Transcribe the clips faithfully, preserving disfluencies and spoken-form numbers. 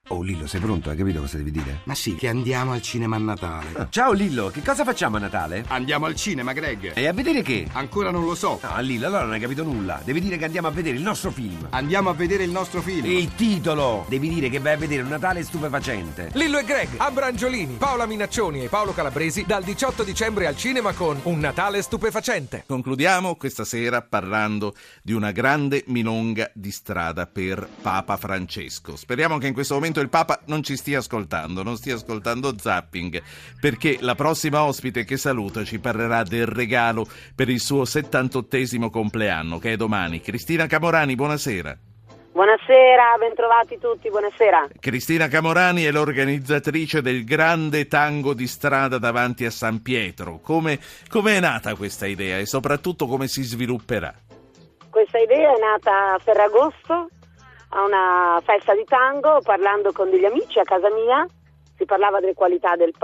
Oh Lillo, sei pronto? Hai capito cosa devi dire? Ma sì, che andiamo al cinema a Natale. Ah, ciao Lillo, che cosa facciamo a Natale? Andiamo al cinema, Greg. E a vedere che? Ancora non lo so. No, Lillo, allora non hai capito nulla. Devi dire che andiamo a vedere il nostro film. Andiamo a vedere il nostro film. Il titolo! Devi dire che vai a vedere un Natale stupefacente. Lillo e Greg, Abrangiolini, Paola Minaccioni e Paolo Calabresi dal diciotto dicembre al cinema con Un Natale stupefacente. Concludiamo questa sera parlando di una grande milonga di strada per Papa Francesco. Speriamo che in questo momento il Papa non ci stia ascoltando, non stia ascoltando Zapping, perché la prossima ospite che saluta ci parlerà del regalo per il suo settantottesimo compleanno, che è domani. Cristina Camorani, buonasera. Buonasera, bentrovati tutti, buonasera. Cristina Camorani è l'organizzatrice del grande tango di strada davanti a San Pietro. Come, come è nata questa idea e soprattutto come si svilupperà? Questa idea è nata a Ferragosto, a una festa di tango, parlando con degli amici a casa mia. Si parlava delle qualità del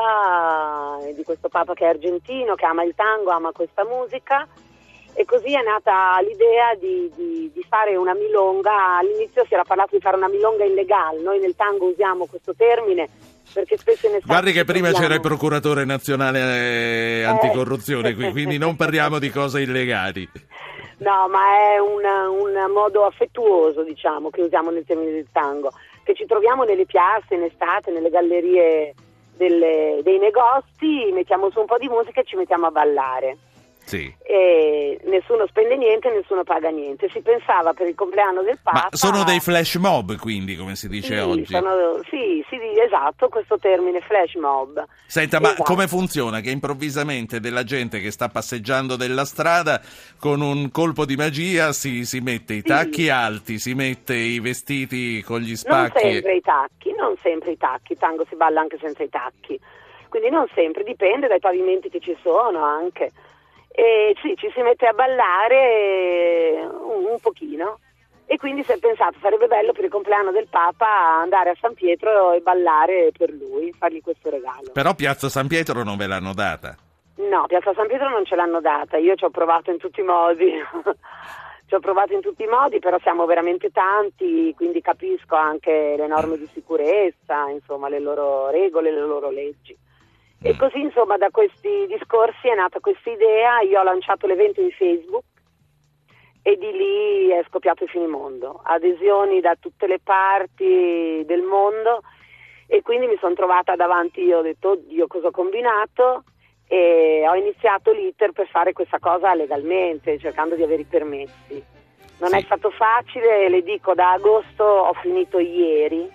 Papa, e di questo Papa che è argentino, che ama il tango, ama questa musica, e così è nata l'idea di, di, di fare una milonga. All'inizio si era parlato di fare una milonga illegale, noi nel tango usiamo questo termine perché spesso ne Guardi che prima c'era il procuratore nazionale eh, anticorruzione, eh. quindi non parliamo di cose illegali. No, ma è un, un modo affettuoso, diciamo, che usiamo nel termine del tango, che ci troviamo nelle piazze, in estate, nelle gallerie delle, dei negozi, mettiamo su un po' di musica e ci mettiamo a ballare. Sì. E nessuno spende niente, nessuno paga niente. Si pensava per il compleanno del Papa. Ma sono dei flash mob, quindi, come si dice sì, oggi? Sono, sì, sì, esatto, questo termine flash mob. Senta, esatto. Ma come funziona? Che improvvisamente della gente che sta passeggiando della strada con un colpo di magia si, si mette i tacchi sì. alti, si mette i vestiti con gli spacchi? Non sempre i tacchi, non sempre i tacchi, tango si balla anche senza i tacchi, quindi non sempre, dipende dai pavimenti che ci sono anche. E sì, ci si mette a ballare un, un pochino, e quindi si è pensato sarebbe bello per il compleanno del Papa andare a San Pietro e ballare per lui, fargli questo regalo. Però Piazza San Pietro non ve l'hanno data? No, Piazza San Pietro non ce l'hanno data, io ci ho provato in tutti i modi ci ho provato in tutti i modi, però siamo veramente tanti, quindi capisco anche le norme di sicurezza, insomma le loro regole, le loro leggi. E così, insomma, da questi discorsi è nata questa idea. Io ho lanciato l'evento in Facebook e di lì è scoppiato il finimondo, adesioni da tutte le parti del mondo, e quindi mi sono trovata davanti, io ho detto oddio cosa ho combinato, e ho iniziato l'iter per fare questa cosa legalmente, cercando di avere i permessi. Non sì. è stato facile, le dico, da agosto ho finito ieri.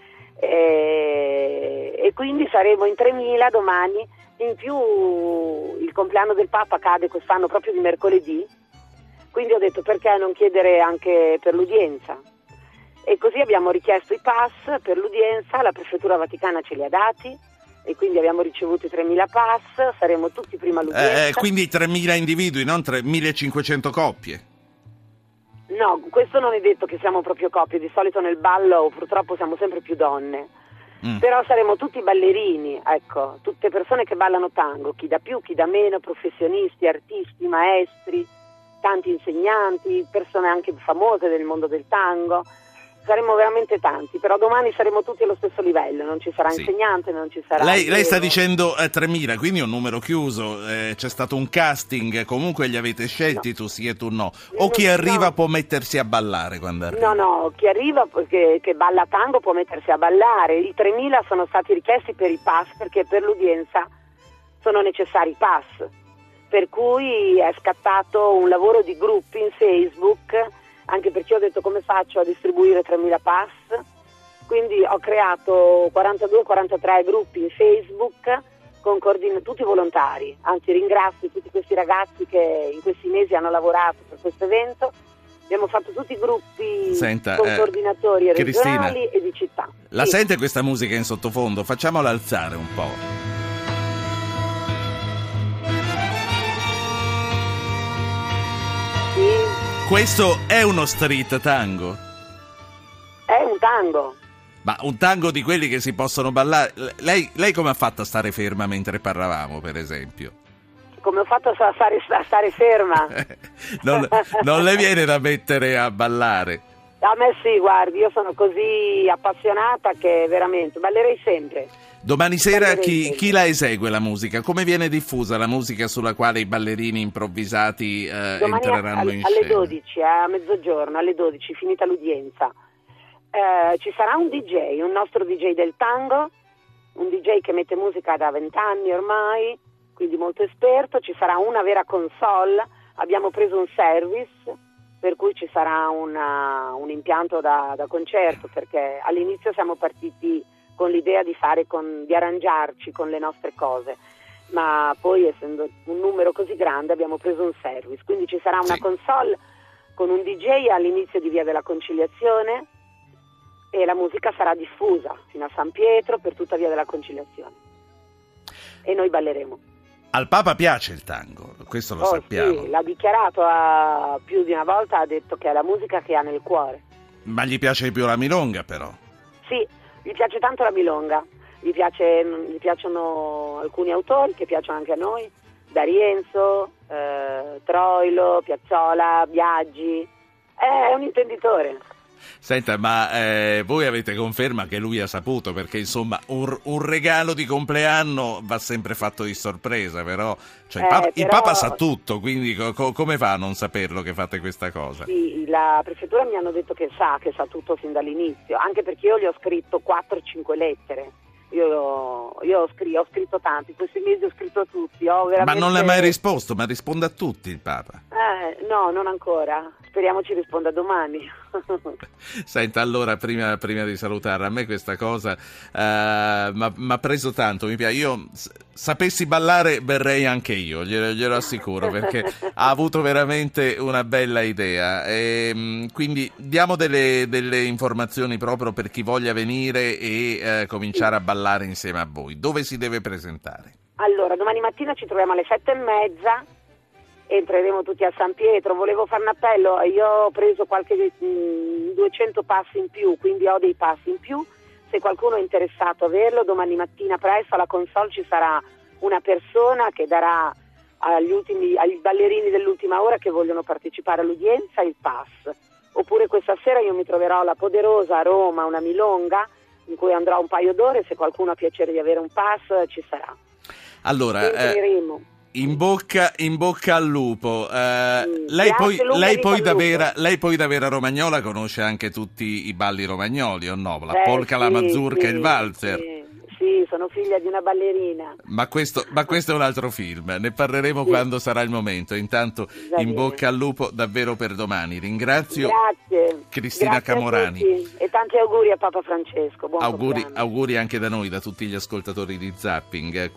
E, e quindi saremo in tremila domani, in più il compleanno del Papa cade quest'anno proprio di mercoledì, quindi ho detto perché non chiedere anche per l'udienza, e così abbiamo richiesto i pass per l'udienza, la prefettura vaticana ce li ha dati e quindi abbiamo ricevuto i tremila pass, saremo tutti prima all'udienza. Eh, quindi tremila individui, non tremilacinquecento coppie? No, questo non è detto che siamo proprio coppie, di solito nel ballo purtroppo siamo sempre più donne, mm. però saremo tutti ballerini, ecco, tutte persone che ballano tango, chi da più, chi da meno, professionisti, artisti, maestri, tanti insegnanti, persone anche famose del mondo del tango. Saremo veramente tanti, però domani saremo tutti allo stesso livello, non ci sarà sì. insegnante, non ci sarà... Lei, lei sta dicendo eh, tremila, quindi è un numero chiuso, eh, c'è stato un casting, comunque li avete scelti, no. tu sì e tu no, o no, chi arriva no. può mettersi a ballare quando arriva? No, no, chi arriva che, che balla tango può mettersi a ballare, i tremila sono stati richiesti per i pass, perché per l'udienza sono necessari i pass, per cui è scattato un lavoro di gruppi in Facebook, anche perché ho detto come faccio a distribuire tremila pass, quindi ho creato quarantadue quarantatré gruppi in Facebook con coordin- tutti volontari, anzi ringrazio tutti questi ragazzi che in questi mesi hanno lavorato per questo evento. Abbiamo fatto tutti i gruppi Senta, con eh, coordinatori regionali Cristina, e di città. La sì. sente questa musica in sottofondo? Facciamola alzare un po'. Sì. Questo è uno street tango? È un tango. Ma un tango di quelli che si possono ballare. Lei, lei come ha fatto a stare ferma mentre parlavamo, per esempio? Come ho fatto a stare, a stare ferma? non, non le viene da mettere a ballare? A me sì, guardi, io sono così appassionata che veramente ballerei sempre. Domani sera Ballerei chi, sempre. chi la esegue la musica? Come viene diffusa la musica sulla quale i ballerini improvvisati eh, Domani entreranno a- in alle scena? dodici, eh, a mezzogiorno, alle dodici, finita l'udienza. Eh, ci sarà un D J, un nostro D J del tango, un D J che mette musica da vent'anni ormai, quindi molto esperto. Ci sarà una vera console, abbiamo preso un service, per cui ci sarà una- un impianto da, da concerto, perché all'inizio siamo partiti con l'idea di fare con, di arrangiarci con le nostre cose, ma poi essendo un numero così grande abbiamo preso un service, quindi ci sarà una Sì. console con un D J all'inizio di Via della Conciliazione e la musica sarà diffusa fino a San Pietro per tutta Via della Conciliazione e noi balleremo. Al Papa piace il tango, questo lo Oh, sappiamo. sì, l'ha dichiarato a- più di una volta, ha detto che è la musica che ha nel cuore. Ma gli piace di più la milonga, però. Sì, gli piace tanto la milonga, gli, piace, gli piacciono alcuni autori che piacciono anche a noi, D'Arienzo, eh, Troilo, Piazzolla, Biaggi, è un intenditore. Senta, ma eh, voi avete conferma che lui ha saputo, perché insomma un, un regalo di compleanno va sempre fatto di sorpresa, però, cioè, il, Eh, Papa, il però- Papa sa tutto, quindi co- co- come fa a non saperlo che fate questa cosa? Sì, la prefettura mi hanno detto che sa, che sa tutto fin dall'inizio, anche perché io gli ho scritto quattro cinque lettere. Io, io ho, scritto, ho scritto tanti, questi mesi ho scritto a tutti. Ho Ma veramente... non le ha mai risposto, ma risponde a tutti il Papa. Eh, no, non ancora. Speriamo ci risponda domani. Senta, allora, prima, prima di salutare, a me questa cosa eh, mi ha preso tanto, mi piace. Io s- sapessi ballare verrei anche io, glielo, glielo assicuro, perché ha avuto veramente una bella idea. E, mh, quindi diamo delle, delle informazioni proprio per chi voglia venire e eh, cominciare a ballare insieme a voi. Dove si deve presentare? Allora, domani mattina ci troviamo alle sette e mezza, entreremo tutti a San Pietro. Volevo fare un appello, io ho preso qualche mh, duecento passi in più, quindi ho dei passi in più. Se qualcuno è interessato a averlo, domani mattina presto alla console ci sarà una persona che darà agli, ultimi, agli ballerini dell'ultima ora che vogliono partecipare all'udienza il pass. Oppure questa sera io mi troverò alla Poderosa a Roma, una milonga, in cui andrò un paio d'ore. Se qualcuno ha piacere di avere un pass ci sarà. Allora, eh, Entreremo. in bocca, in bocca al lupo. Eh, Mm, lei, poi, grazie, lunga lei, vita poi al da lupo. vera, lei poi da vera romagnola conosce anche tutti i balli romagnoli, o no? La Eh, polca, la sì, mazurka e sì, il valzer. Sì, sì, sono figlia di una ballerina. Ma questo, ma questo è un altro film, ne parleremo Sì. quando sarà il momento. Intanto Va in bene. bocca al lupo davvero per domani. Ringrazio Grazie. Cristina Grazie a Camorani. tutti. E tanti auguri a Papa Francesco. Buon Auguri, compleanno. auguri anche da noi, da tutti gli ascoltatori di Zapping.